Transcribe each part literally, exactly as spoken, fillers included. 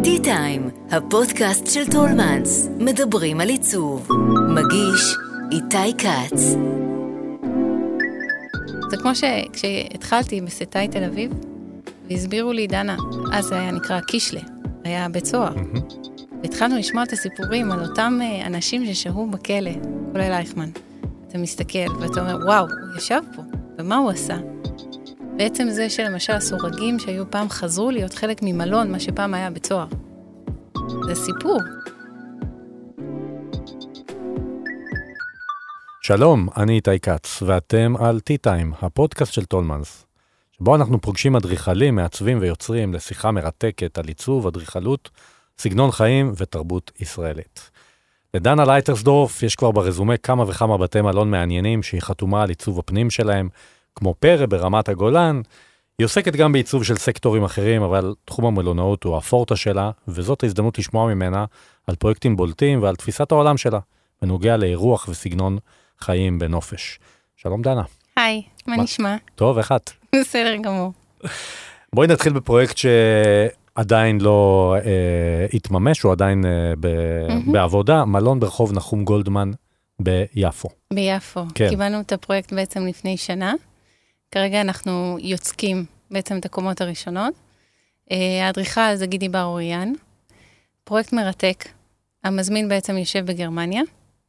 טי טיים, הפודקאסט של טולמנס, מדברים על עיצוב. מגיש איתי קץ. זה כמו שכשהתחלתי בסטאי תל אביב, והסבירו לי, דנה, אז זה היה נקרא קישלה, היה בית סוהר. והתחלנו לשמוע את הסיפורים על אותם אנשים ששהו בכלא, כולל אייכמן. אתה מסתכל ואתה אומר, וואו, הוא ישב פה, ומה הוא עשה? בעצם זה שלמשל הסורגים שהיו פעם חזרו להיות חלק ממלון, מה שפעם היה בית סוהר. זה סיפור. שלום, אני איתי קץ, ואתם על טי טיים, הפודקאסט של טולמנס, שבו אנחנו פוגשים אדריכלים, מעצבים ויוצרים לשיחה מרתקת על עיצוב, אדריכלות, סגנון חיים ותרבות ישראלית. לדנה לייטרסדורף יש כבר ברזומה כמה וכמה בתי מלון מעניינים שהיא חתומה על עיצוב הפנים שלהם, כמו פרא ברמת הגולן. היא עוסקת גם בעיצוב של סקטורים אחרים, אבל תחום המלונאות הוא הפורטה שלה, וזאת ההזדמנות לשמוע ממנה על פרויקטים בולטים ועל תפיסת העולם שלה, בנוגע לאירוח וסגנון חיים בנופש. שלום דנה. היי, מה נשמע? טוב, איך את? בסדר גמור. בואי נתחיל בפרויקט שעדיין לא אה, התממש, הוא עדיין אה, ב, mm-hmm. בעבודה, מלון ברחוב נחום גולדמן ביפו. ביפו. כן. קיבלנו את הפרויקט בעצם לפני שנה. כרגע אנחנו יוצקים בעצם את הקומות הראשונות. האדריכל זה גידי בר אוריאן. פרויקט מרתק. המזמין בעצם יושב בגרמניה.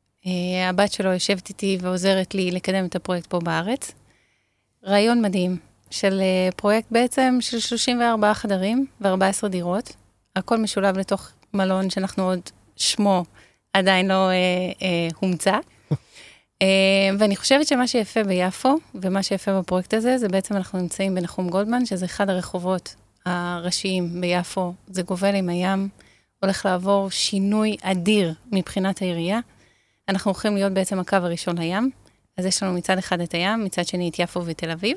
הבת שלו יושבת איתי ועוזרת לי לקדם את הפרויקט פה בארץ. רעיון מדהים של פרויקט בעצם של שלושים וארבעה חדרים ו-ארבע עשרה דירות. הכל משולב לתוך מלון שאנחנו עוד שמו עדיין לא אה, אה, הומצא. אה, ואני חושבת שמה שיפה ביפו, ומה שיפה בפרויקט הזה, זה בעצם אנחנו נמצאים בנחום גולדמן, שזה אחד הרחובות הראשיים ביפו. זה גובל עם הים, הולך לעבור שינוי אדיר מבחינת העירייה. אנחנו הולכים להיות בעצם הקו הראשון לים, אז יש לנו מצד אחד את הים, מצד שני את יפו ותל אביב,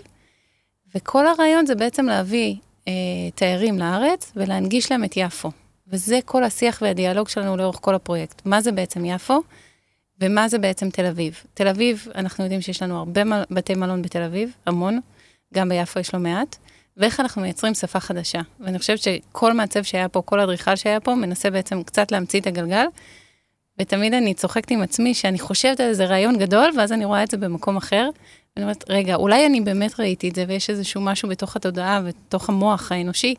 וכל הרעיון זה בעצם להביא אה, תיירים לארץ, ולהנגיש להם את יפו. וזה כל השיח והדיאלוג שלנו לאורך כל הפרויקט. מה זה בעצם יפו, ומה זה בעצם תל אביב. תל אביב, אנחנו יודעים שיש לנו הרבה מל... בתי מלון בתל אביב, המון, גם ביפו יש לו מעט, ואיך אנחנו מייצרים שפה חדשה. ואני חושבת שכל מעצב שהיה פה, כל אדריכל שהיה פה, מנסה בעצם קצת להמציא את הגלגל, ותמיד אני צוחקת עם עצמי שאני חושבת על איזה רעיון גדול, ואז אני רואה את זה במקום אחר, ואני אומרת, רגע, אולי אני באמת ראיתי את זה, ויש איזשהו משהו בתוך התודעה ובתוך המוח האנושי,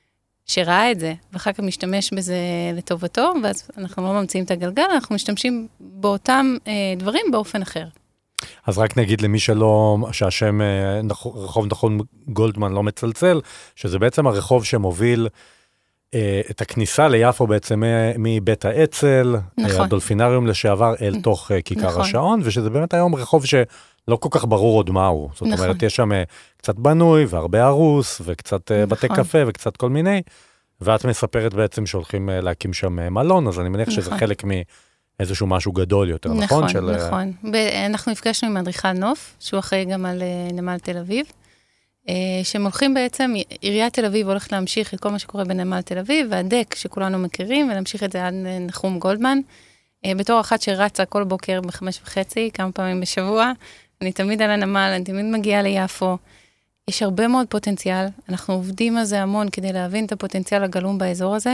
שראה את זה, ואחר כך משתמש בזה לטובתו, ואז אנחנו לא ממציאים את הגלגל, אנחנו משתמשים באותם אה, דברים באופן אחר. אז רק נגיד למי שלא, שהשם אה, רחוב נחום גולדמן לא מצלצל, שזה בעצם הרחוב שמוביל אה, את הכניסה ליפו בעצם מבית האצל, נכון. הדולפינריום לשעבר אל תוך אה, כיכר נכון. השעון, ושזה באמת היום רחוב ש... לא כל כך ברור עוד מהו. זאת נכון. אומרת, יש שם קצת בנוי, והרבה ערוס, וקצת נכון. בתי קפה, וקצת כל מיני, ואת מספרת בעצם שהולכים להקים שם מלון, אז אני מניח נכון. שזה חלק מאיזשהו משהו גדול יותר, נכון? נכון, של... נכון. אנחנו נפגשנו עם אדריכל נוף, שהוא אחראי גם על נמל תל אביב, שהם הולכים בעצם, עיריית תל אביב הולכת להמשיך את כל מה שקורה בנמל תל אביב, והדק שכולנו מכירים, ולהמשיך את זה עד נחום גולדמן, בתור אחת שרצה כל בוקר בחמש וחצי, כמה פעמים בשבוע, אני תמיד על הנמל, אני תמיד מגיעה ליפו. יש הרבה מאוד פוטנציאל, אנחנו עובדים על זה המון כדי להבין את הפוטנציאל הגלום באזור הזה.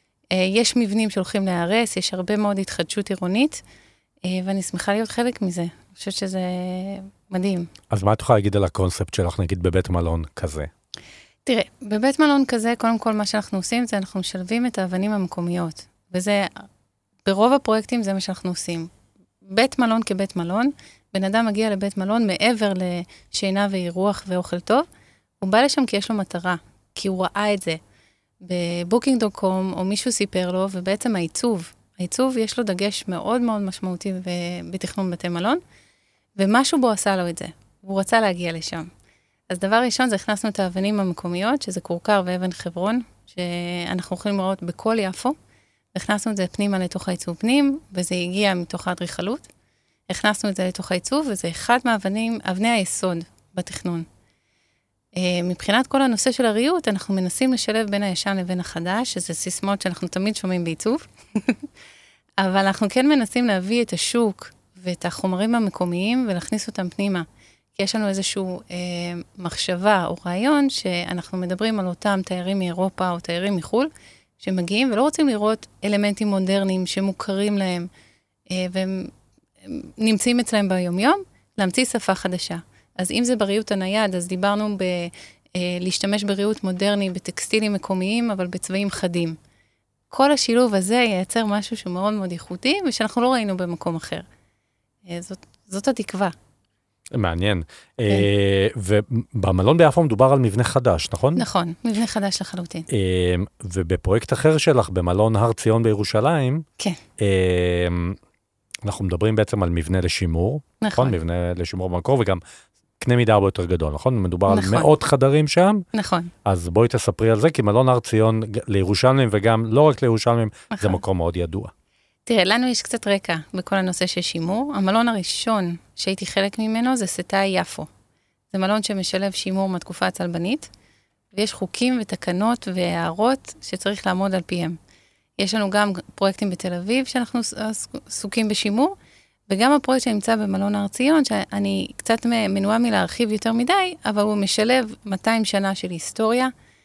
יש מבנים שהולכים להיהרס, יש הרבה מאוד התחדשות עירונית, ואני שמחה להיות חלק מזה. אני חושבת שזה מדהים. אז מה את יכולה להגיד על הקונספט שלך, נגיד בבית מלון כזה? תראה, בבית מלון כזה, קודם כל מה שאנחנו עושים, זה אנחנו משלבים את האבנים המקומיות. וזה, ברוב הפרויקטים זה מה שאנחנו עושים. בית מלון כבית מלון, בן אדם מגיע לבית מלון מעבר לשינה ואירוח ואוכל טוב, הוא בא לשם כי יש לו מטרה, כי הוא ראה את זה בבוקינג דוט קום, או מישהו סיפר לו, ובעצם העיצוב, העיצוב יש לו דגש מאוד מאוד משמעותי בתכנון בתי מלון, ומשהו בו עשה לו את זה, והוא רצה להגיע לשם. אז דבר ראשון זה הכנסנו את האבנים המקומיות, שזה קורקר ואבן חברון, שאנחנו יכולים לראות בכל יפו, הכנסנו את זה פנימה לתוך העיצוב פנים, וזה הגיע מתוך האדריכלות, הכנסנו את זה לתוך העיצוב, וזה אחד מהאבנים, אבני היסוד בתכנון. מבחינת כל הנושא של הריהוט, אנחנו מנסים לשלב בין הישן לבין החדש, שזה סיסמות שאנחנו תמיד שומעים בעיצוב, אבל אנחנו כן מנסים להביא את השוק ואת החומרים המקומיים ולהכניס אותם פנימה. כי יש לנו איזשהו אה, מחשבה או רעיון שאנחנו מדברים על אותם תיירים מאירופה או תיירים מחול, שמגיעים ולא רוצים לראות אלמנטים מודרניים שמוכרים להם, והם נמצאים אצלם ביומיום, להמציא שפה חדשה. אז אם זה בריאות הנייד, אז דיברנו ב, להשתמש בריאות מודרני, בטקסטילים מקומיים, אבל בצבעים חדים. כל השילוב הזה ייצר משהו שהוא מאוד מאוד ייחודי, ושאנחנו לא ראינו במקום אחר. זאת, זאת התקווה. מעניין. כן. ובמלון ביפו מדובר על מבנה חדש, נכון? נכון, מבנה חדש לחלוטין. ובפרויקט אחר שלך, במלון הר ציון בירושלים, כן. אנחנו מדברים בעצם על מבנה לשימור, נכון. נכון? מבנה לשימור במקור, וגם קנה מידה הרבה יותר גדול, נכון? מדובר נכון. על מאות חדרים שם. נכון. אז בואי תספרי על זה, כי מלון הר ציון לירושלמים, וגם לא רק לירושלמים, נכון. זה מקום מאוד ידוע. תראה, לנו יש קצת רקע בכל הנושא של שימור. המלון הראשון שהייתי חלק ממנו זה סטאי יפו. זה מלון שמשלב שימור מהתקופה הצלבנית, ויש חוקים ותקנות והערות שצריך לעמוד על פיהם. יש לנו גם פרויקטים בתל אביב שאנחנו עסוקים בשימור, וגם הפרויקט שנמצא במלון הר ציון, שאני קצת מנועה מלהרחיב יותר מדי, אבל הוא משלב מאתיים שנה של היסטוריה.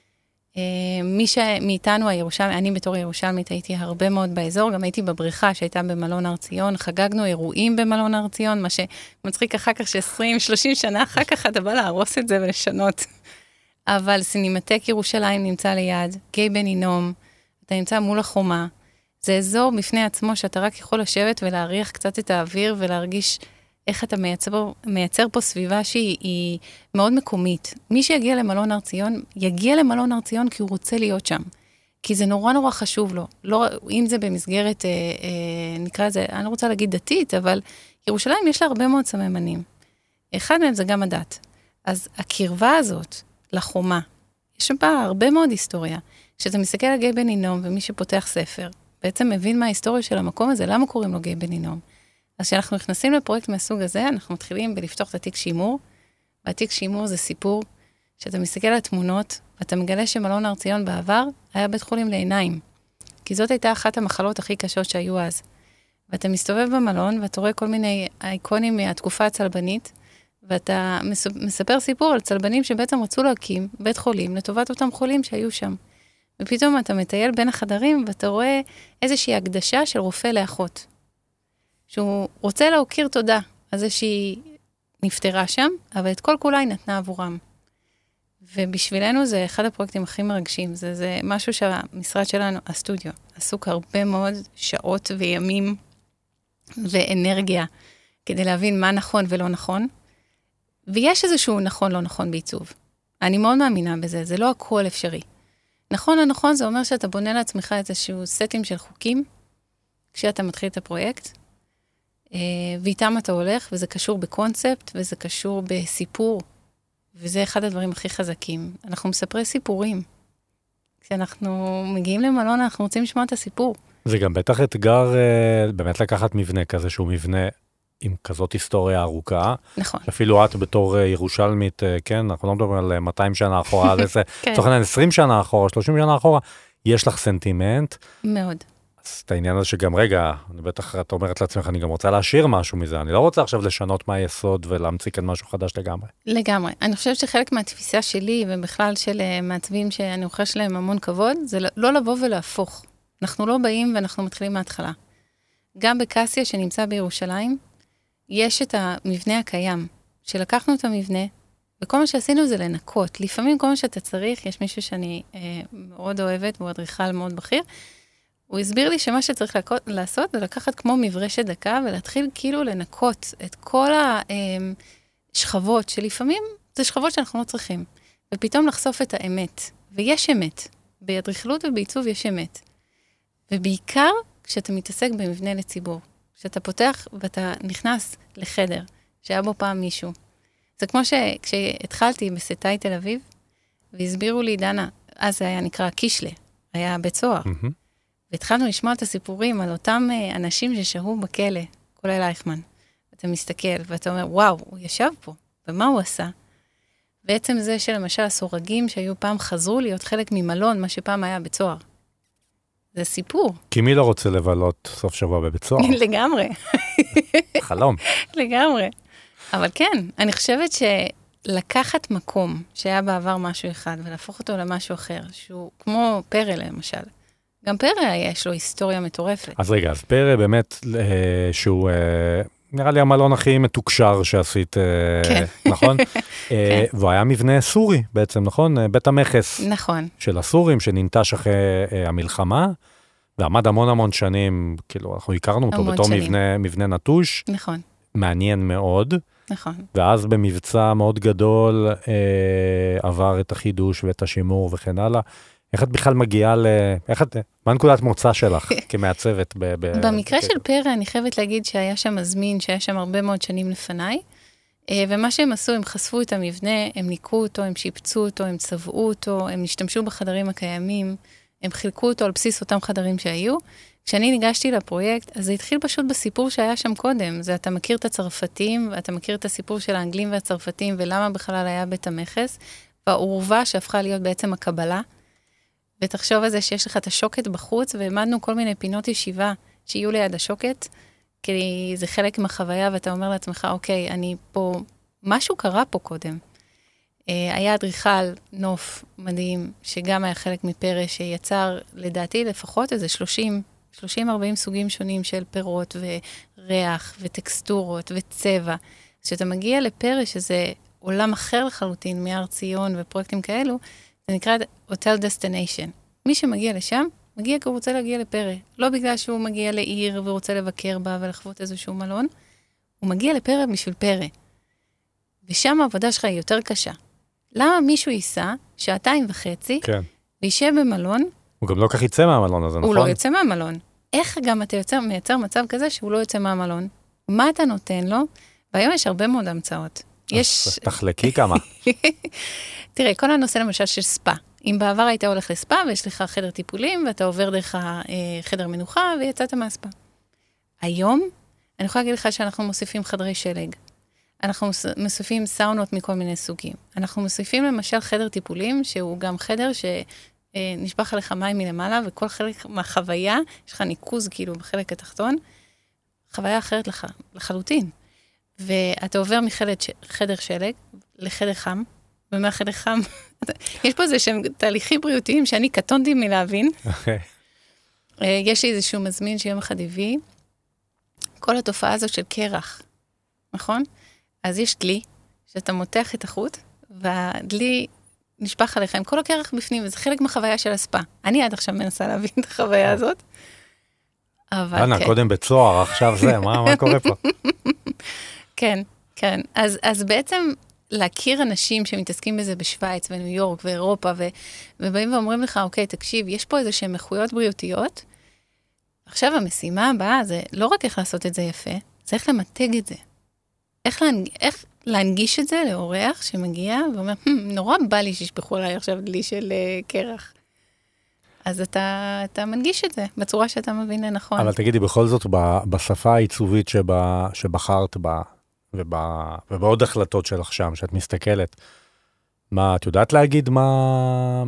מי שמאיתנו הירושלמית, אני בתור ירושלמית הייתי הרבה מאוד באזור, גם הייתי בבריכה שהייתה במלון הר ציון, חגגנו אירועים במלון הר ציון, מה שמצחיק אחר כך ש-עשרים שלושים שנה אחר כך אתה בא להרוס את זה ולשנות. אבל סינמטק ירושלים נמצא ליד, גיא בן הינום, אתה נמצא מול החומה, זה אזור בפני עצמו שאתה רק יכול לשבת ולהריח קצת את האוויר ולהרגיש איך אתה מייצר, מייצר פה סביבה שהיא מאוד מקומית. מי שיגיע למלון הר ציון, יגיע למלון הר ציון כי הוא רוצה להיות שם. כי זה נורא נורא חשוב לו. לא, אם זה במסגרת, אה, אה, נקרא זה, אני לא רוצה להגיד דתית, אבל ירושלים יש לה הרבה מאוד סממנים. אחד מהם זה גם הדת. אז הקרבה הזאת לחומה, יש בה הרבה מאוד היסטוריה. כשאתה מסתכל על גיא בן הינום ומי שפותח ספר, בעצם מבין מה ההיסטוריה של המקום הזה, למה קוראים לו גיא בן הינום. אז כשאנחנו נכנסים לפרויקט מהסוג הזה, אנחנו מתחילים בלפתוח את התיק שימור, והתיק שימור זה סיפור שאתה מסתכל על התמונות, ואתה מגלה שמלון הר ציון בעבר היה בית חולים לעיניים, כי זאת הייתה אחת המחלות הכי קשות שהיו אז. ואתה מסתובב במלון, ואתה רואה כל מיני אייקונים מהתקופה הצלבנית, ואתה מספר סיפור על צלבנים שבעצם רצו להקים בית חולים לטובת אותם חולים שהיו שם. ופתאום אתה מטייל בין החדרים, ואתה רואה איזושהי הקדשה של רופא לאחות. שהוא רוצה להוקיר תודה על זה שהיא נפטרה שם, אבל את כל כולה היא נתנה עבורם. ובשבילנו זה אחד הפרויקטים הכי מרגשים. זה, זה משהו שהמשרד שלנו, הסטודיו, עסוק הרבה מאוד שעות וימים ואנרגיה, כדי להבין מה נכון ולא נכון. ויש איזשהו נכון לא נכון בעיצוב. אני מאוד מאמינה בזה, זה לא הכל אפשרי. נכון לא נכון, זה אומר שאתה בונה לעצמך איזשהו סטים של חוקים, כשאתה מתחיל את הפרויקט, ואיתם אתה הולך, וזה קשור בקונספט, וזה קשור בסיפור, וזה אחד הדברים הכי חזקים. אנחנו מספרי סיפורים. כשאנחנו מגיעים למלון, אנחנו רוצים לשמוע את הסיפור. זה גם בטח אתגר באמת לקחת מבנה כזה, שהוא מבנה עם כזאת היסטוריה ארוכה. נכון. אפילו את בתור ירושלמית, כן, אנחנו לא מדברים על מאתיים שנה אחורה, על איזה, תוכן עשרים שנה אחורה, שלושים שנה אחורה, יש לך סנטימנט. מאוד. אז את העניין הזה שגם רגע, אני בטח, את אומרת לעצמך, אני גם רוצה להשאיר משהו מזה, אני לא רוצה עכשיו לשנות מה היסוד ולהמציא כאן משהו חדש לגמרי. לגמרי. אני חושבת שחלק מהתפיסה שלי, ובכלל של מעצבים שאני רוכש להם המון כבוד, זה לא לבוא ולהפוך. אנחנו לא באים ואנחנו מתחילים מההתחלה. גם בקסיה שנמצא בירושלים, יש את המבנה הקיים, שלקחנו את המבנה, וכל מה שעשינו זה לנקות. לפעמים כל מה שאתה צריך, יש מישהו שאני אה, מאוד אוהבת, והוא אדריכל מאוד בכיר, הוא הסביר לי שמה שצריך לעשות זה לקחת כמו מברשת דקה, ולהתחיל כאילו לנקות את כל השכבות, שלפעמים זה שכבות שאנחנו לא צריכים, ופתאום לחשוף את האמת. ויש אמת. באדריכלות ובעיצוב יש אמת. ובעיקר כשאתה מתעסק במבנה לציבור. כשאתה פותח ואתה נכנס לחדר, שהיה בו פעם מישהו. זה כמו שכשהתחלתי בסטאי תל אביב, והסבירו לי, דנה, אז זה היה נקרא קישלה, היה בית סוהר. Mm-hmm. והתחלנו לשמוע את הסיפורים על אותם אנשים ששהו בכלא, כולל אייכמן. ואתה מסתכל ואתה אומר, וואו, הוא ישב פה, ומה הוא עשה? בעצם זה שלמשל הסורגים שהיו פעם חזרו להיות חלק ממלון, מה שפעם היה בית סוהר. זה סיפור. כי מי לא רוצה לבלות סוף שבוע בבית סוהר? לגמרי. חלום. לגמרי. אבל כן, אני חושבת שלקחת מקום שהיה בעבר משהו אחד, ולהפוך אותו למשהו אחר, שהוא כמו פרל למשל, גם פרא יש לו היסטוריה מטורפת. אז רגע, אז פרא באמת, שהוא נראה לי המלון הכי מתוקשר שעשית, כן. נכון? כן. והוא היה מבנה סורי בעצם, נכון? בית המכס. נכון. של הסורים, שננטש אחרי המלחמה, ועמד המון המון שנים, כאילו, אנחנו הכרנו אותו בתור מבנה, מבנה נטוש. נכון. מעניין מאוד. נכון. ואז במבצע מאוד גדול, אה, עבר את החידוש ואת השימור וכן הלאה. איך את בכלל מגיעה ל... איך את... מה נקודת מוצא שלך כמעצבת? ב... ב... במקרה של פרא, אני חייבת להגיד שהיה שם מזמין, שהיה שם הרבה מאוד שנים לפניי, ומה שהם עשו, הם חשפו את המבנה, הם ניקו אותו, הם שיפצו אותו, הם צבעו אותו, הם השתמשו בחדרים הקיימים, הם חילקו אותו על בסיס אותם חדרים שהיו. כשאני ניגשתי לפרויקט, אז זה התחיל פשוט בסיפור שהיה שם קודם. זה אתה מכיר את הצרפתים, ואתה מכיר את הסיפור של האנגלים והצרפתים, ולמה בכלל היה בית המכס, והעורבה שהפכה להיות בעצם הקבלה. ותחשוב על זה שיש לך את השוקת בחוץ, והעמדנו כל מיני פינות ישיבה שיהיו ליד השוקת, כי זה חלק מהחוויה, ואתה אומר לעצמך, אוקיי, אני פה, משהו קרה פה קודם. היה אדריכל נוף מדהים, שגם היה חלק מפרא, שיצר לדעתי לפחות איזה שלושים ארבעים סוגים שונים של פירות וריח וטקסטורות וצבע. כשאתה מגיע לפרא, שזה עולם אחר לחלוטין, מהר ציון ופרויקטים כאלו, זה נקרא הוטל דסטיניישן. מי שמגיע לשם, מגיע כי הוא רוצה להגיע לפרא. לא בגלל שהוא מגיע לעיר ורוצה לבקר בה ולחוות איזשהו מלון, הוא מגיע לפרא בשביל פרא. ושם העבודה שלך היא יותר קשה. למה מישהו ייסע שעתיים וחצי, כן. וישב במלון, הוא גם לא כך יצא מהמלון הזה, נכון? הוא לא יוצא מהמלון. איך גם אתה יוצא, מייצר מצב כזה שהוא לא יוצא מהמלון? מה אתה נותן לו? והיום יש הרבה מאוד המצאות. יש... תחלקי כמה. תראה, כל הנושא למשל של ספה. אם בעבר היית הולך לספה, ויש לך חדר טיפולים, ואתה עובר דרך החדר מנוחה, ויצאת מהספה. היום, אני יכולה להגיד לך שאנחנו מוסיפים חדרי שלג. אנחנו מוסיפים סאונות מכל מיני סוגים. אנחנו מוסיפים למשל חדר טיפולים, שהוא גם חדר שנשפך עליך מים מלמעלה, וכל חלק מהחוויה, יש לך ניקוז כאילו בחלק התחתון, חוויה אחרת לח... לחלוטין. ואתה עובר מחדר שלג לחדר חם, ומהחדר חם, יש פה איזה שהם תהליכים בריאותיים שאני קטונתי מלהבין. Okay. יש לי איזשהו מזמין שיום אחד הביא, כל התופעה הזאת של קרח, נכון? אז יש דלי, שאתה מותח את החוט, והדלי נשפך עליך עם כל הקרח בפנים, וזה חלק מהחוויה של הספה. אני עד עכשיו מנסה להבין את החוויה הזאת. אבל אנה, כן. קודם בצוהר, עכשיו זה, מה, מה קורה פה? כן, כן. אז, אז בעצם להכיר אנשים שמתעסקים בזה בשוויץ וניו יורק ואירופה, ו, ובאים ואומרים לך, אוקיי, תקשיב, יש פה איזה שהן מחויות בריאותיות, עכשיו המשימה הבאה זה לא רק איך לעשות את זה יפה, זה איך למתג את זה. איך, להנג... איך להנגיש את זה לאורח שמגיע ואומר, נורא בא לי שישפכו עליי עכשיו דלי של uh, קרח. אז אתה, אתה מנגיש את זה בצורה שאתה מבין לנכון. אבל תגידי, בכל זאת, בשפה העיצובית שבה, שבחרת בה, ובא, ובעוד החלטות שלך שם, שאת מסתכלת, מה, את יודעת להגיד מה,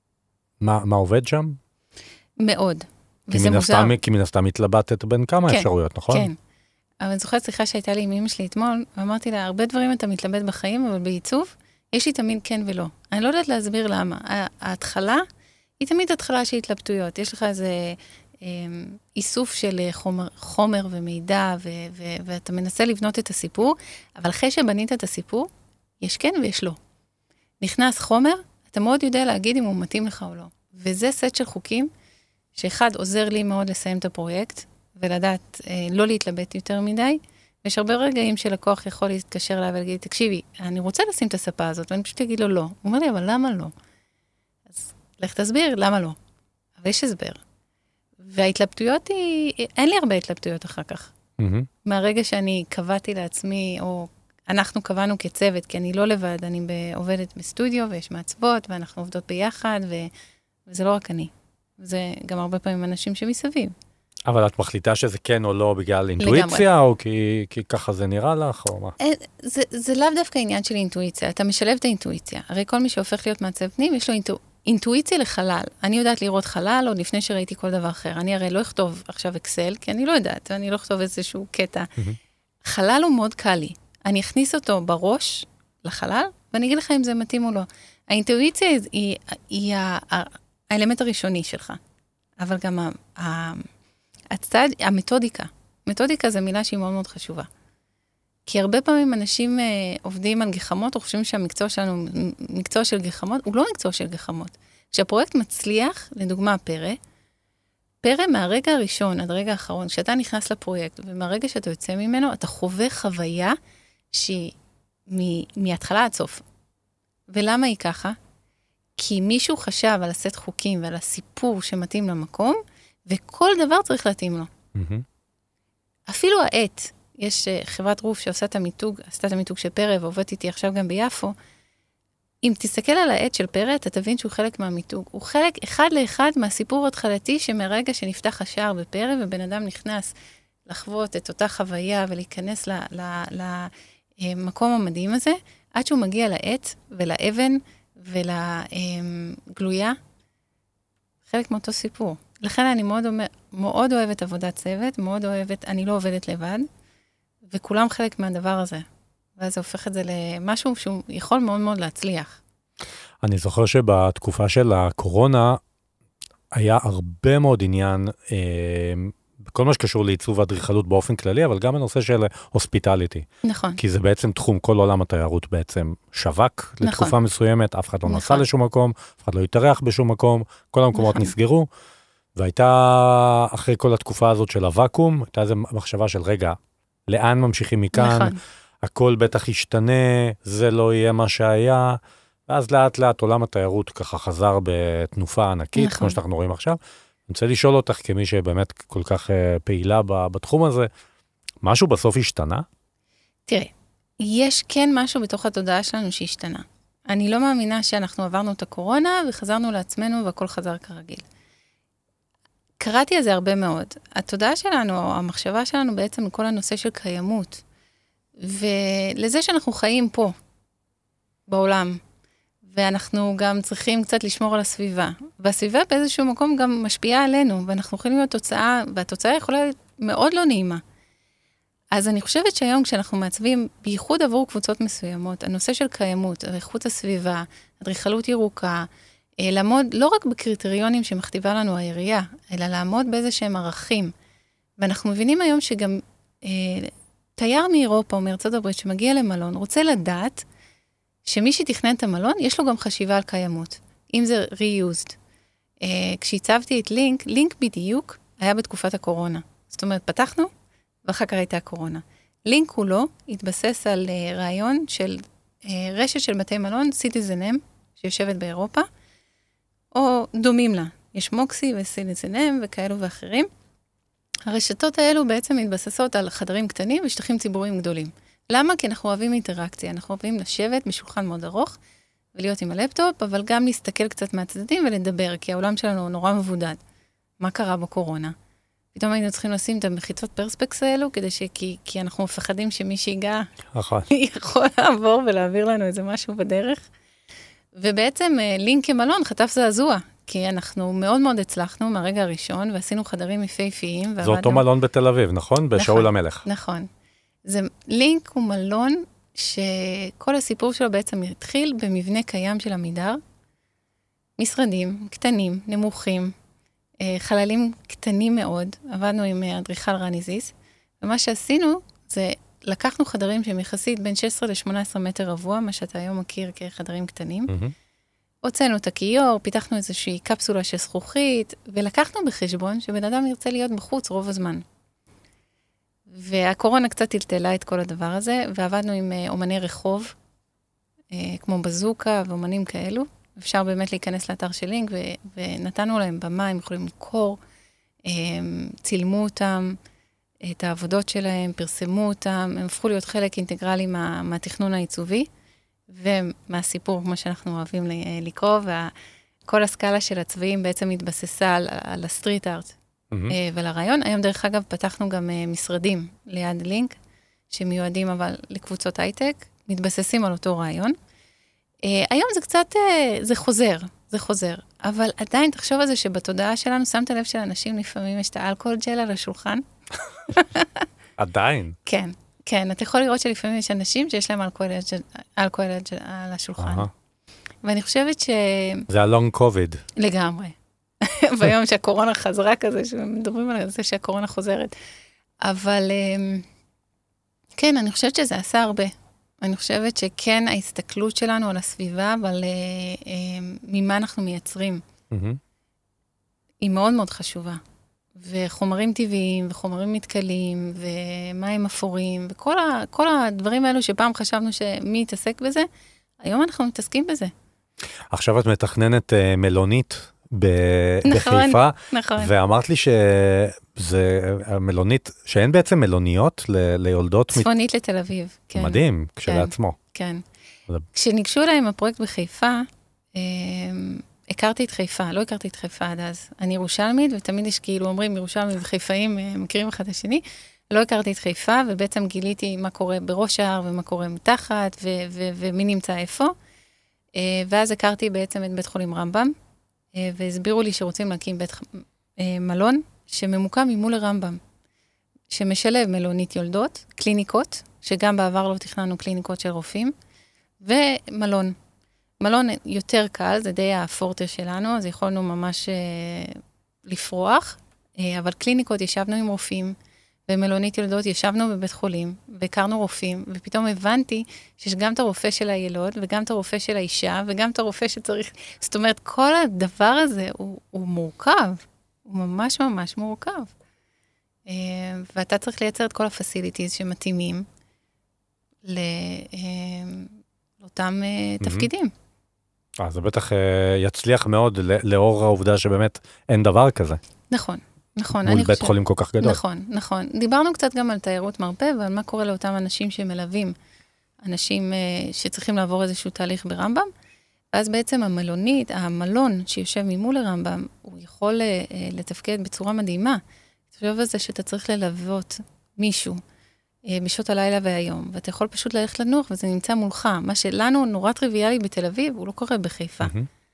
מה, מה עובד שם? מאוד. כי מן הסתם, כי מן הסתם התלבטת בין כמה כן, אפשרויות, נכון? כן. אבל אני זוכרת שיחה שהייתה לי עם אמא שלי אתמול, ואמרתי לה, הרבה דברים אתה מתלבט בחיים, אבל בעיצוב, יש לי תמיד כן ולא. אני לא יודעת להסביר למה. ההתחלה היא תמיד התחלה של התלבטויות. יש לך איזה אה, איסוף של חומר, חומר ומידע, ו, ו, ואתה מנסה לבנות את הסיפור, אבל אחרי שבנית את הסיפור, יש כן ויש לא. נכנס חומר, אתה מאוד יודע להגיד אם הוא מתאים לך או לא. וזה סט של חוקים, שאחד עוזר לי מאוד לסיים את הפרויקט, ולדעת אה, לא להתלבט יותר מדי, ויש הרבה רגעים שלקוח יכול להתקשר אליי ולהגיד, תקשיבי, אני רוצה לשים את הספה הזאת, ואני פשוט אגיד לו לא. הוא אומר לי, אבל למה לא? אז לך תסביר, למה לא? אבל יש הסבר. וההתלבטויות היא, אין לי הרבה התלבטויות אחר כך. Mm-hmm. מהרגע שאני קבעתי לעצמי, או אנחנו קבענו כצוות, כי אני לא לבד, אני עובדת בסטודיו, ויש מעצבות, ואנחנו עובדות ביחד, ו... וזה לא רק אני. זה גם הרבה פעמים אנשים שמסביב. אבל את מחליטה שזה כן או לא בגלל אינטואיציה, או כי, כי ככה זה נראה לך, או מה? זה, זה לאו דווקא עניין של אינטואיציה, אתה משלב את האינטואיציה. הרי כל מי שהופך להיות מעצב פנים, יש לו אינטו, אינטואיציה לחלל. אני יודעת לראות חלל, עוד לפני שראיתי כל דבר אחר. אני הרי לא אכתוב עכשיו אקסל, כי אני לא יודעת, אני לא אכתוב איזשהו קטע. חלל הוא מאוד קל לי. אני אכניס אותו בראש לחלל, ואני אגיד לך אם זה מתאים או לא. האינטואיציה היא, היא, היא האלמנט הראשוני שלך. אבל גם ה, ה, הצד, המתודיקה. מתודיקה זו מילה שהיא מאוד מאוד חשובה. כי הרבה פעמים אנשים אה, עובדים על גחמות, או חושבים שהמקצוע שלנו, מקצוע של גחמות, הוא לא מקצוע של גחמות. כשהפרויקט מצליח, לדוגמה פרא, פרא מהרגע הראשון עד הרגע האחרון, כשאתה נכנס לפרויקט, ומהרגע שאתה יוצא ממנו, אתה חווה חוויה שהיא מ- מההתחלה עד סוף. ולמה היא ככה? כי מישהו חשב על הסט חוקים ועל הסיפור שמתאים למקום, וכל דבר צריך להתאים לו. Mm-hmm. אפילו העט, יש חברת רוף שעושה את המיתוג, עשתה את המיתוג של פרא, ועובדת איתי עכשיו גם ביפו, אם תסתכל על העט של פרא, אתה תבין שהוא חלק מהמיתוג. הוא חלק אחד לאחד מהסיפור התחלתי, שמרגע שנפתח השער בפרא, ובן אדם נכנס לחוות את אותה חוויה, ולהיכנס ל, ל, למקום המדהים הזה, עד שהוא מגיע לעט, ולאבן, ולגלויה, חלק מאותו סיפור. לכן אני מאוד, מאוד אוהבת עבודת צוות, מאוד אוהבת, אני לא עובדת לבד, וכולם חלק מהדבר הזה. ואז זה הופך את זה למשהו שהוא יכול מאוד מאוד להצליח. אני זוכר שבתקופה של הקורונה, היה הרבה מאוד עניין, אה, בכל מה שקשור לעיצוב אדריכלות באופן כללי, אבל גם בנושא של הוספיטליטי. נכון. כי זה בעצם תחום, כל עולם התיירות בעצם שווק נכון. לתקופה מסוימת, אף אחד לא נכון. נסע לשום מקום, אף אחד לא התארח בשום מקום, כל המקומות נכון. נסגרו, והייתה אחרי כל התקופה הזאת של הוואקום, הייתה איזו מחשבה של רגע, לאן ממשיכים מכאן, נכון. הכל בטח ישתנה, זה לא יהיה מה שהיה, ואז לאט לאט עולם התיירות ככה חזר בתנופה ענקית, נכון. כמו שאנחנו רואים עכשיו. אני רוצה לשאול אותך, כמי שבאמת כל כך uh, פעילה בתחום הזה, משהו בסוף השתנה? תראה, יש כן משהו בתוך התודעה שלנו שהשתנה. אני לא מאמינה שאנחנו עברנו את הקורונה וחזרנו לעצמנו והכל חזר כרגיל. קראתי על זה הרבה מאוד. התודעה שלנו, או המחשבה שלנו בעצם כל הנושא של קיימות, ולזה שאנחנו חיים פה, בעולם, ואנחנו גם צריכים קצת לשמור על הסביבה, והסביבה באיזשהו מקום גם משפיעה עלינו, ואנחנו יכולים להיות תוצאה, והתוצאה יכולה להיות מאוד לא נעימה. אז אני חושבת שהיום כשאנחנו מעצבים, בייחוד עבור קבוצות מסוימות, הנושא של קיימות, איכות הסביבה, אדריכלות ירוקה, לעמוד לא רק בקריטריונים שמכתיבה לנו העירייה, אלא לעמוד באיזה שהם ערכים. ואנחנו מבינים היום שגם אה, תייר מאירופה או מארצות הברית שמגיע למלון, רוצה לדעת שמי שתכנן את המלון, יש לו גם חשיבה על קיימות. אם זה reused. אה, כשהצבתי את לינק, לינק בדיוק היה בתקופת הקורונה. זאת אומרת, פתחנו, ואחר כך הייתה הקורונה. לינק כולו התבסס על אה, רעיון של אה, רשת של בתי מלון, סיטיזן-אם, שיושבת באירופה, או דומים לה. יש מוקסי וסיטיזן-אם וכאלו ואחרים. הרשתות האלו בעצם מתבססות על חדרים קטנים ושטחים ציבוריים גדולים. למה? כי אנחנו אוהבים אינטראקציה, אנחנו אוהבים לשבת בשולחן מאוד ארוך, ולהיות עם הלפטופ, אבל גם להסתכל קצת מהצדדים ולדבר, כי העולם שלנו נורא מבודד. מה קרה בקורונה? פתאום היינו צריכים לשים את המחיצות פרספקס האלו, כדי ש... כי, כי אנחנו מפחדים שמי שיגע יכול לעבור ולהעביר לנו איזה משהו בדרך. ובעצם לינק כמלון חטף זעזוע, כי אנחנו מאוד מאוד הצלחנו מהרגע הראשון, ועשינו חדרים יפהפיים. זה אותו מלון בתל אביב, נכון? בשאול המלך. נכון. זה לינק הוא מלון שכל הסיפור שלו בעצם התחיל במבנה קיים של עמידר, משרדים קטנים, נמוכים, חללים קטנים מאוד, עבדנו עם אדריכל רני זיס, ומה שעשינו זה לקחנו חדרים שהם יחסית בין שש עשרה ל-שמונה עשרה מטר רבוע, מה שאתה היום מכיר כחדרים קטנים, הוצאנו את הכיור, פיתחנו איזושהי קפסולה של זכוכית, ולקחנו בחשבון שבן אדם ירצה להיות בחוץ רוב הזמן. והקורונה קצת טלטלה את כל הדבר הזה, ועבדנו עם אומני רחוב, כמו בזוקה ואומנים כאלו. אפשר באמת להיכנס לאתר של לינק, ונתנו להם במה, הם יכולים לקור, צילמו אותם, את העבודות שלהם, פרסמו אותם, הם הפכו להיות חלק אינטגרלי מה, מהתכנון העיצובי, ומהסיפור, כמו שאנחנו אוהבים לקרוא, וכל הסקאלה של הצבעים בעצם התבססה על, על הסטריט ארט mm-hmm. ולרעיון. היום דרך אגב פתחנו גם משרדים ליד לינק, שמיועדים אבל לקבוצות הייטק, מתבססים על אותו רעיון. היום זה קצת, זה חוזר, זה חוזר, אבל עדיין תחשוב על זה שבתודעה שלנו, שמת לב של אנשים לפעמים יש את האלכוהול ג'ל על השולחן. עדיין? כן, כן, אתה יכול לראות שלפעמים יש אנשים שיש להם אלכוהול ג'ל על השולחן. ואני חושבת ש... זה הלונג קוביד. לגמרי, ביום שהקורונה חזרה כזה, שמדברים על זה שהקורונה חוזרת. אבל כן, אני חושבת שזה עשה הרבה. אני חושבת שכן ההסתכלות שלנו על הסביבה, אבל ממה אנחנו מייצרים, היא מאוד מאוד חשובה. וחומרים טבעיים, וחומרים מתכלים, ומים אפורים, וכל ה, כל הדברים האלו שפעם חשבנו שמי יתעסק בזה, היום אנחנו מתעסקים בזה. עכשיו את מתכננת uh, מלונית ב- נכון, בחיפה, נכון. ואמרת לי שזה המלונית, שאין בעצם מלוניות ל- ליולדות. צפונית מת... לתל אביב, כן. מדהים, כן, כשלעצמו. כן. זה... כשניגשו אליי עם הפרויקט בחיפה, אה, הכרתי את חיפה, לא הכרתי את חיפה עד אז. אני ירושלמית, ותמיד יש כאילו אומרים, ירושלמים וחיפאים מכירים אחד השני. לא הכרתי את חיפה, ובעצם גיליתי מה קורה בראש ההר, ומה קורה מתחת, ו- ו- ומי נמצא איפה. ואז הכרתי בעצם את בית חולים רמב"ם, והסבירו לי שרוצים להקים בית מלון, שממוקם ממול לרמב"ם, שמשלב מלונית יולדות, קליניקות, שגם בעבר לא תכננו קליניקות של רופאים, ומלון. מלון יותר קל, זה די הפורטר שלנו, אז יכולנו ממש לפרוח, אבל קליניקות ישבנו עם רופאים, במלונית ילדות ישבנו בבית חולים, והכרנו רופאים, ופתאום הבנתי שיש גם את הרופא של הילוד, וגם את הרופא של האישה, וגם את הרופא שצריך... זאת אומרת, כל הדבר הזה הוא, הוא מורכב, הוא ממש ממש מורכב. ואתה צריך לייצר את כל הפסיליטיז שמתאימים לאותם תפקידים. אז זה בטח יצליח מאוד לאור העובדה שבאמת אין דבר כזה. נכון. נכון, מול בית חולים כל כך גדול. נכון, נכון. דיברנו קצת גם על תיירות מרפא, ועל מה קורה לאותם אנשים שמלווים, אנשים שצריכים לעבור איזשהו תהליך ברמב"ם, ואז בעצם המלונית, המלון שיושב ממול לרמב"ם, הוא יכול לתפקד בצורה מדהימה. תחשוב על זה שאתה צריך ללוות מישהו בשעות הלילה והיום, ואתה יכול פשוט ללכת לנוח, וזה נמצא מולך. מה שלנו נורא טריוויאלי בתל אביב, הוא לא קורה בחיפה.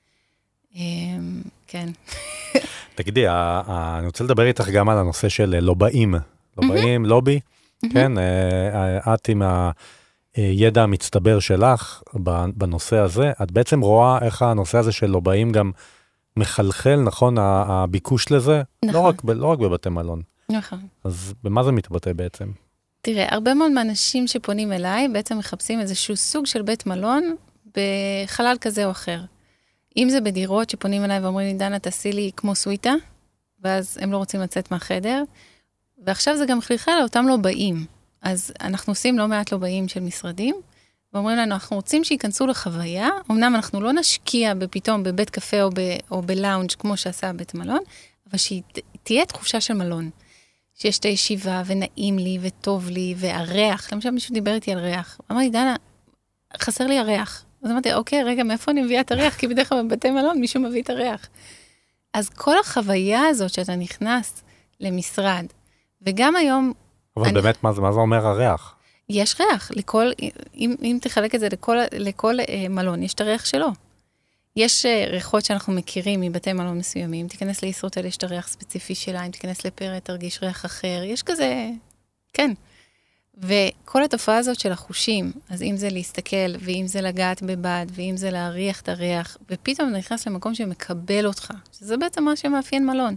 כן. תגידי, אני רוצה לדבר איתך גם על הנושא של לובעים, לובעים, לובי, כן, את עם הידע המצטבר שלך בנושא הזה, את בעצם רואה איך הנושא הזה של לובעים גם מחלחל, נכון, הביקוש לזה, לא רק בבתי מלון. נכון. אז במה זה מתבטא בעצם? תראה, הרבה מאוד מהאנשים שפונים אליי, בעצם מחפשים איזשהו סוג של בית מלון, בחלל כזה או אחר. אם זה בדירות שפונים אליי ואומרים לי, דנה, תעשי לי כמו סוויטה, ואז הם לא רוצים לצאת מהחדר, ועכשיו זה גם חלחל לאותם לא באים. אז אנחנו עושים לא מעט לא באים של משרדים, ואומרים לנו, אנחנו רוצים שייכנסו לחוויה, אמנם אנחנו לא נשקיע בפתאום בבית קפה או, ב, או בלאונג' כמו שעשה בית מלון, אבל שתהיה תחושה של מלון, שיש את הישיבה ונעים לי וטוב לי, והריח, למשל מישהו דיבר איתי על ריח, אמר לי, דנה, חסר לי הריח. אז אמרתי, אוקיי, רגע, מאיפה אני מביאה את הריח? כי בדרך כלל בבתי מלון מישהו מביא את הריח. אז כל החוויה הזאת שאתה נכנס למשרד, וגם היום... אבל אני... באמת, מה זה, מה זה אומר הריח? יש ריח. לכל, אם, אם תחלק את זה לכל, לכל אה, מלון, יש את הריח שלו. יש אה, ריחות שאנחנו מכירים מבתי מלון מסוימים. תיכנס לישרוטל, יש את הריח ספציפי שלה, אם תיכנס לפרט, תרגיש ריח אחר. יש כזה... כן. וכל התופעה הזאת של החושים, אז אם זה להסתכל, ואם זה לגעת בבד, ואם זה להריח את הריח, ופתאום אתה נכנס למקום שמקבל אותך, שזה בעצם מה שמאפיין מלון.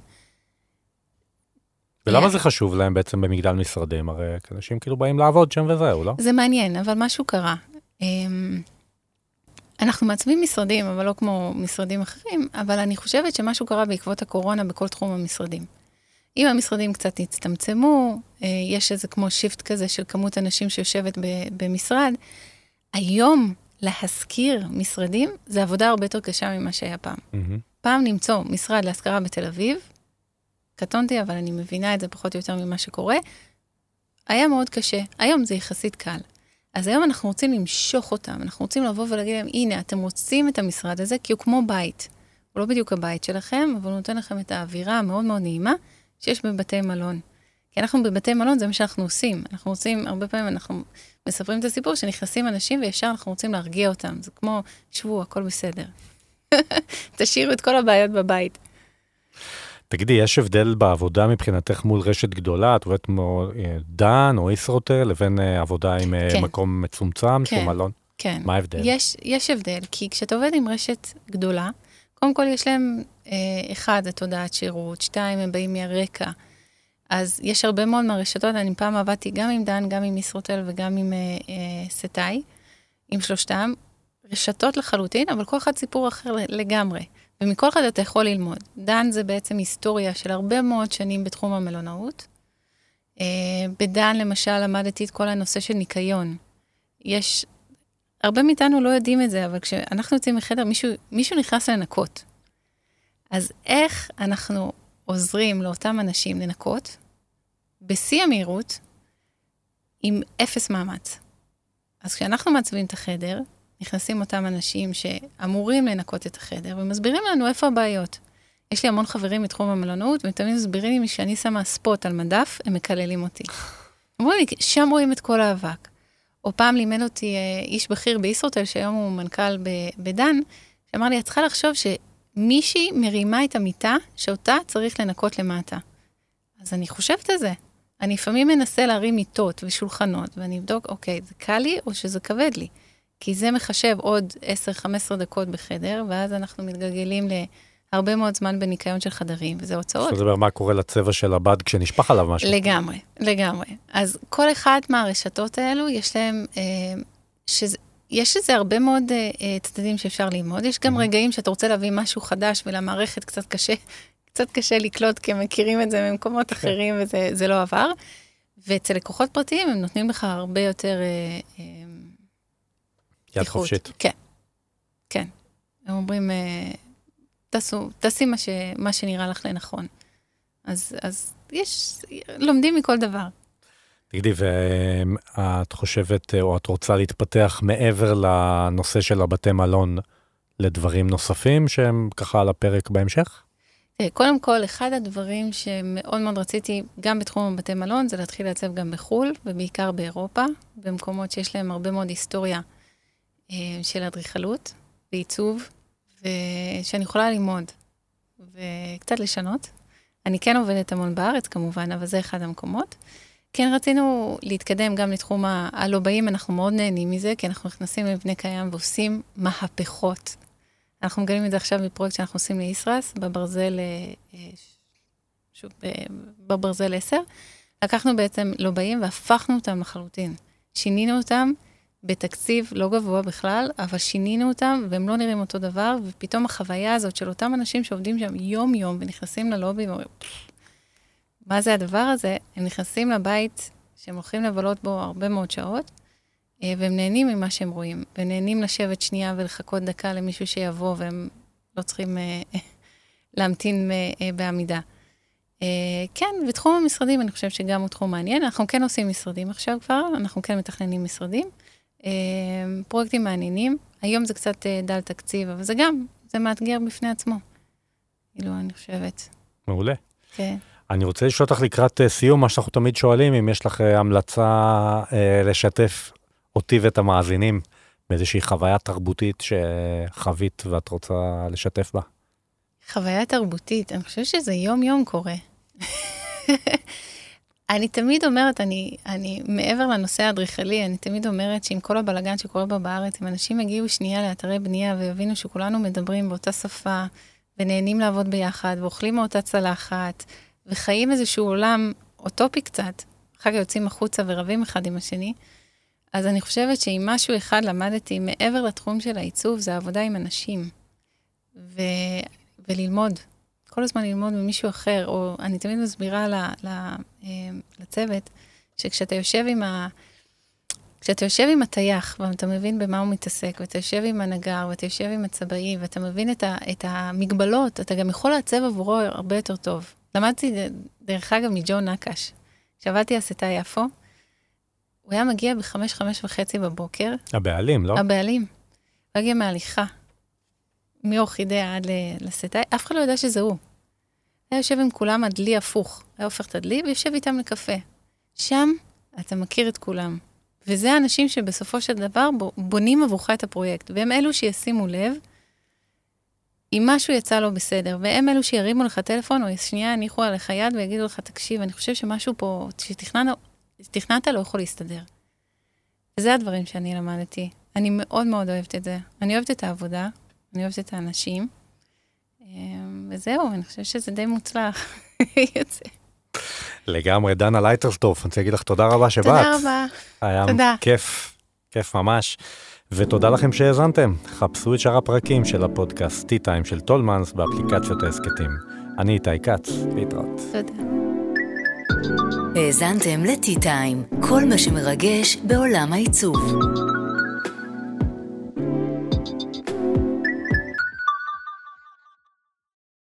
ולמה זה חשוב להם בעצם במגדל משרדים? הרי אנשים כאילו באים לעבוד שם וזהו, לא? זה מעניין, אבל משהו קרה. אנחנו מעצבים משרדים, אבל לא כמו משרדים אחרים, אבל אני חושבת שמשהו קרה בעקבות הקורונה בכל תחום המשרדים. אם המשרדים קצת הצטמצמו, יש איזה כמו שיפט כזה של כמות אנשים שיושבת במשרד, היום להשכיר משרדים, זה עבודה הרבה יותר קשה ממה שהיה פעם. Mm-hmm. פעם למצוא משרד להשכרה בתל אביב, קטונתי, אבל אני מבינה את זה פחות או יותר ממה שקורה, היה מאוד קשה. היום זה יחסית קל. אז היום אנחנו רוצים למשוך אותם, אנחנו רוצים לבוא ולהגיד להם, הנה, אתם רוצים את המשרד הזה, כי הוא כמו בית. הוא לא בדיוק הבית שלכם, אבל הוא נותן לכם את האווירה המאוד מאוד נעימה, שיש בבתי מלון. כי אנחנו בבתי מלון, זה מה שאנחנו עושים. אנחנו רוצים, הרבה פעמים אנחנו מספרים את הסיפור, שנכנסים אנשים וישר אנחנו רוצים להרגיע אותם. זה כמו, שבו, הכל בסדר. תשאירו את כל הבעיות בבית. תגידי, יש הבדל בעבודה מבחינתך מול רשת גדולה? את עובדת כמו דן או ישרוטל, לבין עבודה עם כן. מקום מצומצם, כן. שהוא מלון? כן. מה ההבדל? יש, יש הבדל, כי כשאתה עובד עם רשת גדולה, קודם כל יש להם, אה, אחד, זה תודעת שירות, שתיים, הם באים מהרקע. אז יש הרבה מאוד מהרשתות, אני פעם עבדתי גם עם דן, גם עם ישרוטל וגם עם אה, אה, סטאי, עם שלושתם, רשתות לחלוטין, אבל כל אחד סיפור אחר לגמרי. ומכל אחד אתה יכול ללמוד. דן זה בעצם היסטוריה של הרבה מאוד שנים בתחום המלונאות. אה, בדן למשל למדתי את כל הנושא של ניקיון. יש, הרבה מאיתנו לא יודעים את זה, אבל כשאנחנו יוצאים מחדר, מישהו, מישהו נכנס לנקות. אז איך אנחנו עוזרים לאותם אנשים לנקות, בשיא המהירות, עם אפס מאמץ. אז כשאנחנו מעצבים את החדר, נכנסים אותם אנשים שאמורים לנקות את החדר, ומסבירים לנו איפה הבעיות. יש לי המון חברים מתחום המלונאות, והם תמיד מסבירים לי שאני שמה ספוט על מדף, הם מקללים אותי. אמרו לי, שם רואים את כל האבק. או פעם לימד אותי איש בכיר בישרוטל, שהיום הוא מנכ"ל בדן, שאמר לי, את צריכה לחשוב שמישהי מרימה את המיטה, שאותה צריך לנקות למטה. אז אני חושבת על זה. אני לפעמים מנסה להרים מיטות ושולחנות, ואני אבדוק, אוקיי, זה קל לי או שזה כבד לי? כי זה מחשב עוד עשר חמש עשרה דקות בחדר, ואז אנחנו מתגלגלים להרבה מאוד זמן בניקיון של חדרים, וזה הוצאות. שזה אומר מה קורה לצבע של הבד כשנשפך עליו משהו. לגמרי, לגמרי. אז כל אחד מהרשתות האלו, יש להם, אה, שזה, יש לזה הרבה מאוד אה, צדדים שאפשר ללמוד. יש גם רגעים שאתה רוצה להביא משהו חדש, ולמערכת קצת קשה, קצת קשה לקלוט, כי הם מכירים את זה ממקומות אחרים, וזה זה לא עבר. ואצל לקוחות פרטיים, הם נותנים לך הרבה יותר... אה, אה, יד חופשית. כן, כן. הם אומרים, תעשו, תעשי מה, ש, מה שנראה לך לנכון. אז, אז יש, לומדים מכל דבר. תגידי, ואת חושבת, או את רוצה להתפתח מעבר לנושא של הבתי מלון, לדברים נוספים שהם ככה על הפרק בהמשך? קודם כל, אחד הדברים שמאוד מאוד רציתי, גם בתחום הבתי מלון, זה להתחיל לעצב גם בחול, ובעיקר באירופה, במקומות שיש להם הרבה מאוד היסטוריה, של אדריכלות ועיצוב, ושאני יכולה ללמוד וקצת לשנות. אני כן עובדת המון בארץ כמובן, אבל זה אחד המקומות. כן רצינו להתקדם גם לתחום הלובעים, אנחנו מאוד נהנים מזה, כי אנחנו נכנסים למבנה קיים ועושים מהפכות. אנחנו מגלים את זה עכשיו בפרויקט שאנחנו עושים לישרס, בברזל, שוב, בברזל עשר. לקחנו בעצם לובעים והפכנו אותם לחלוטין. שינינו אותם, בתקציב לא גבוה בכלל, אבל שינינו אותם, והם לא נראים אותו דבר, ופתאום החוויה הזאת של אותם אנשים שעובדים שם יום-יום, ונכנסים ללובי, ואומרים, מה זה הדבר הזה? הם נכנסים לבית, שהם הולכים לבלות בו הרבה מאוד שעות, והם נהנים ממה שהם רואים, והם נהנים לשבת שנייה ולחכות דקה למישהו שיבוא, והם לא צריכים להמתין בעמידה. כן, בתחום המשרדים, אני חושב שגם הוא תחום מעניין, אנחנו כן עושים משרדים עכשיו כבר, אנחנו כן מתכננים משרדים, פרויקטים מעניינים, היום זה קצת דל תקציב, אבל זה גם, זה מאתגר בפני עצמו. כאילו, אני חושבת. מעולה. כן. אני רוצה לשאול אותך לקראת סיום, מה שאנחנו תמיד שואלים, אם יש לך המלצה לשתף אותי ואת המאזינים, באיזושהי חוויה תרבותית שחווית ואת רוצה לשתף בה. חוויה תרבותית, אני חושבת שזה יום-יום קורה. אני תמיד אומרת, אני, אני, מעבר לנושא האדריכלי, אני תמיד אומרת שעם כל הבלגן שקורה בה בארץ, אם אנשים הגיעו שנייה לאתרי בנייה ויבינו שכולנו מדברים באותה שפה, ונהנים לעבוד ביחד, ואוכלים מאותה צלחת, וחיים איזשהו עולם אוטופי קצת, אחר כך יוצאים החוצה ורבים אחד עם השני, אז אני חושבת שאם משהו אחד למדתי מעבר לתחום של העיצוב, זה העבודה עם אנשים, ו, וללמוד. כל הזמן ללמוד ממישהו אחר, או אני תמיד מסבירה ל, ל, לצוות, שכשאתה יושב עם ה... כשאתה יושב עם התייך, ואתה מבין במה הוא מתעסק, ואתה יושב עם הנגר, ואתה יושב עם הצבעי, ואתה מבין את, ה, את המגבלות, אתה גם יכול לעצב עבורו הרבה יותר טוב. למדתי דרך אגב מג'ו נקש. כשעבדתי על סטאי יפו, הוא היה מגיע בחמש, חמש וחצי בבוקר. הבעלים, לא? הבעלים. הוא הגיע מהליכה. מאורחידאה עד לסטאי, אף אחד לא יודע שזה הוא. היה יושב עם כולם הדלי הפוך. היה הופך את הדלי ויושב איתם לקפה. שם אתה מכיר את כולם. וזה האנשים שבסופו של דבר בונים עבורך את הפרויקט. והם אלו שישימו לב, אם משהו יצא לא בסדר, והם אלו שירימו לך טלפון, או שנייה יניחו עליך יד ויגידו לך, תקשיב, אני חושב שמשהו פה, שתכננת לא יכול להסתדר. וזה הדברים שאני למדתי. אני מאוד מאוד אוהבת את זה. אני אוהבת את העבודה, אני אוהבת את האנשים, וזהו, אני חושבת שזה די מוצלח. יוצא. לגמרי, דנה לייטרסדורף, אני רוצה להגיד לך תודה רבה שבאת. תודה רבה. היה תודה. כיף, כיף ממש. ותודה לכם שהאזנתם. חפשו את שאר הפרקים של הפודקאסט טי טיים של טולמנס באפליקציות ההסקטים. אני איתי כץ, להתראות. תודה. האזנתם לטי טיים, כל מה שמרגש בעולם העיצוב.